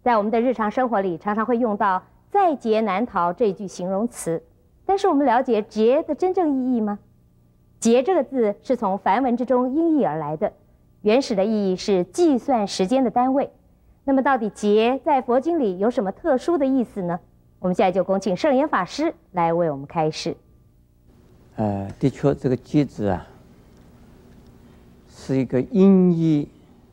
在我们的日常生活里，常常会用到"在劫难逃"这句形容词。但是我们了解“劫”的真正意义吗？“劫”这个字是从梵文之中音译而来的，原始的意义是计算时间的单位。那么，到底“劫”在佛经里有什么特殊的意思呢？我们现在就恭请圣严法师来为我们开示。 的确，这个“劫”字啊，是一个音译，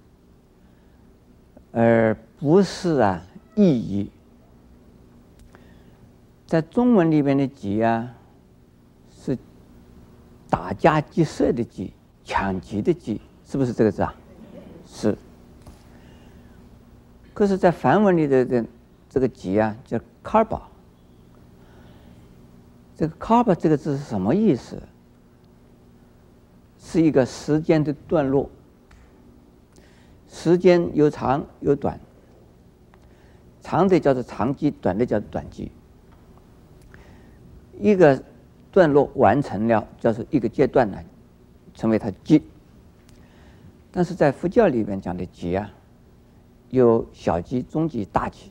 而不是意义。在中文里边的“劫”啊，是打家劫舍的“劫”，抢劫的“劫”，是不是这个字啊？是。可是，在梵文里的这个“劫”啊，叫 karma。这个 karma 这个字是什么意思？是一个时间的段落，时间有长有短，长的叫做长期，短的叫做短期。一个段落完成了，叫做一个阶段呢，成为它劫。但是在佛教里面讲的劫啊，有小劫、中劫、大劫。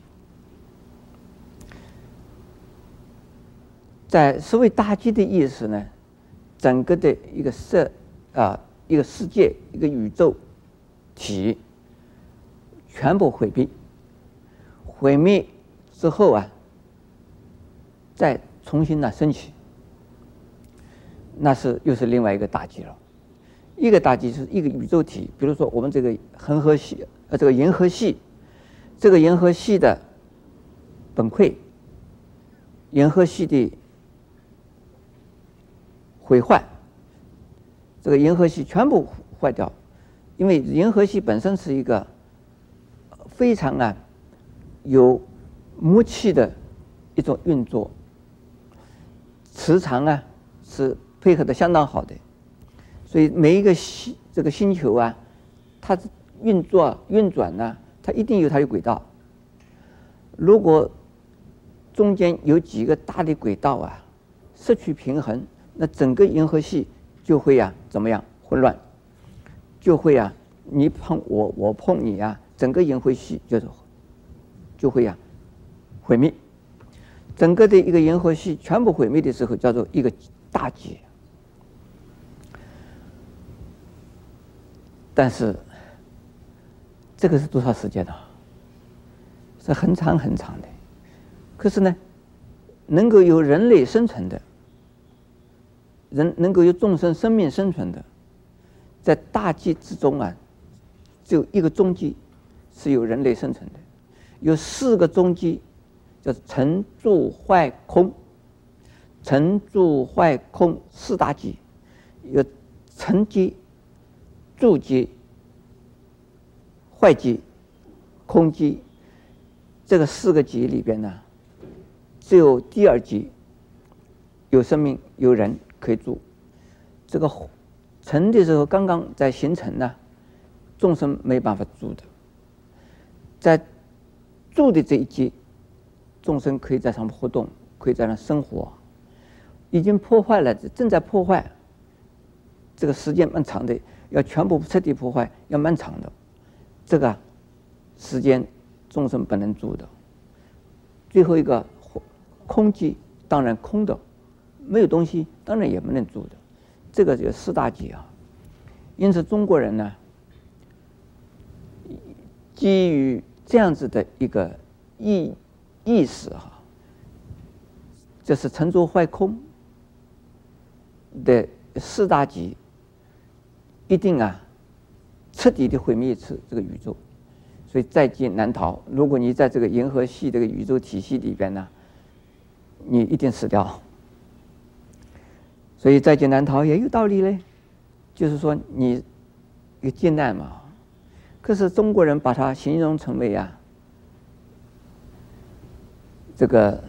在所谓大劫的意思呢，整个的一个一个世界、一个宇宙体全部毁灭，毁灭之后啊，再重新升起，那又是另外一个大劫了。一个大劫是一个宇宙体，比如说我们这个恒河系，这个银河系，这个银河系的崩溃，银河系的毁坏，这个银河系全部坏掉，因为银河系本身是一个非常有默契的一种运作，磁场是配合的相当好的，所以每一个这个星球它运转它一定有它的轨道。如果中间有几个大的轨道失去平衡，那整个银河系就会怎么样混乱，就会你碰我，我碰你整个银河系就会毁灭。整个的一个银河系全部毁灭的时候，叫做一个大劫。但是这个是多少时间呢？是很长很长的。可是呢，能够有人类生存的，能够有众生生命生存的，在大劫之中只有一个中劫是有人类生存的，有4个中劫，叫成住坏空。成住坏空4大劫，有成劫、住劫、坏劫、空劫。这个4个劫里边只有第2劫有生命有人可以住。这个成的时候刚刚在形成众生没办法住的。在住的这一劫，众生可以在上面活动，可以在那生活。已经破坏了，正在破坏，这个时间蛮长的，要全部彻底破坏要蛮长的，这个时间众生不能住的。最后一个空劫，当然空的，没有东西，当然也不能住的，这个就4大劫因此中国人基于这样子的一个意识这是成住坏空的4大劫，一定彻底的毁灭一次这个宇宙，所以在劫难逃。如果你在这个银河系这个宇宙体系里边你一定死掉。所以在劫难逃也有道理嘞，就是说你一个劫难嘛。可是中国人把它形容成为这个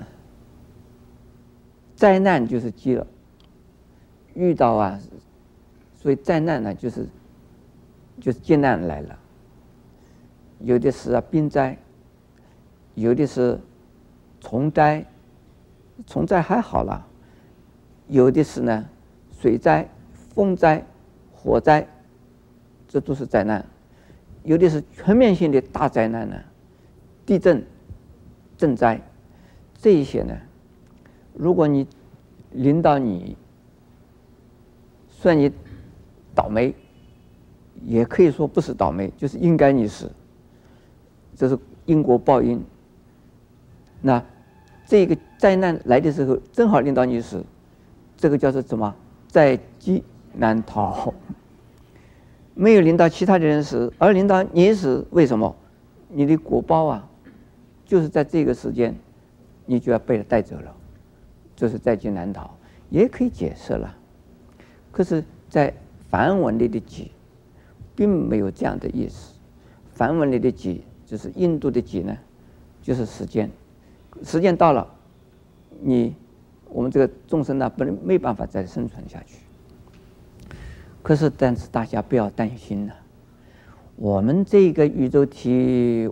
灾难就是劫了，遇到所以灾难就是劫难来了。有的是冰灾，有的是虫灾，虫灾还好了，有的是水灾、风灾、火灾，这都是灾难。有的是全面性的大灾难地震、震灾这一些呢，如果你临到你，虽然你倒霉，也可以说不是倒霉，就是应该你死，这是因果报应。那这个灾难来的时候，正好临到你死，这个叫做什么？在劫难逃。没有临到其他的人死，而临到你死，为什么？你的果报啊，就是在这个时间，你就要被他带走了，这是在劫难逃，也可以解释了。可是，在梵文里的劫，并没有这样的意思。梵文里的劫，就是印度的劫呢，就是时间。时间到了，我们这个众生呢，没办法再生存下去。可是，但是大家不要担心了，我们这个宇宙体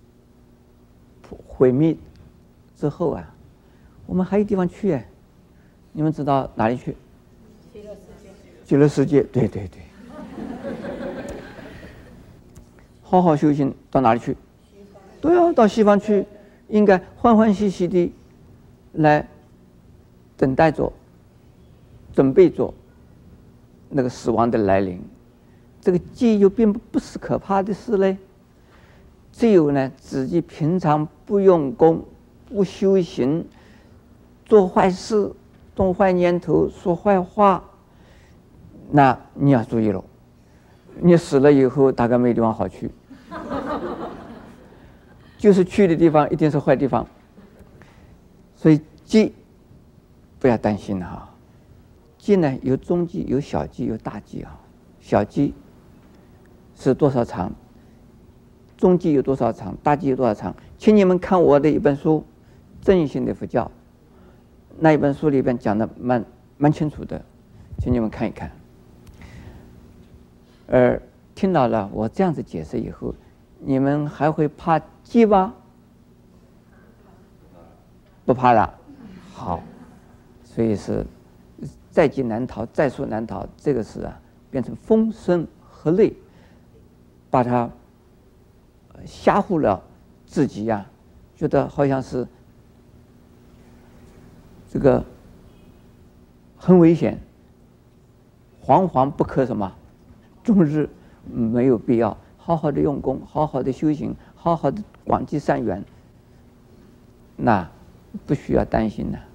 毁灭之后啊，我们还有地方去哎，你们知道哪里去？极乐世界。极乐世界，对对对。好好修行到哪里去？对啊，到西方去，应该欢欢喜喜的来等待着、准备着那个死亡的来临。这个戒又并不是可怕的事嘞，只有呢自己平常不用功、不修行，做坏事、动坏念头、说坏话，那你要注意了。你死了以后，大概没地方好去，就是去的地方一定是坏地方。所以戒不要担心哈，戒呢有中戒、有小戒、有大戒啊。小戒是多少长，中戒有多少长，大戒有多少长？请你们看我的一本书《正信的佛教》，那一本书里边讲的蛮清楚的，请你们看一看。而听到了我这样子解释以后，你们还会怕戒吗？不怕了。好，所以是在劫难逃，在劫难逃，这个是啊，变成风声鹤唳，把他吓唬了自己呀，觉得好像是这个很危险，惶惶不可什么。终日没有必要，好好的用功，好好的修行，好好的广积善缘，那不需要担心的。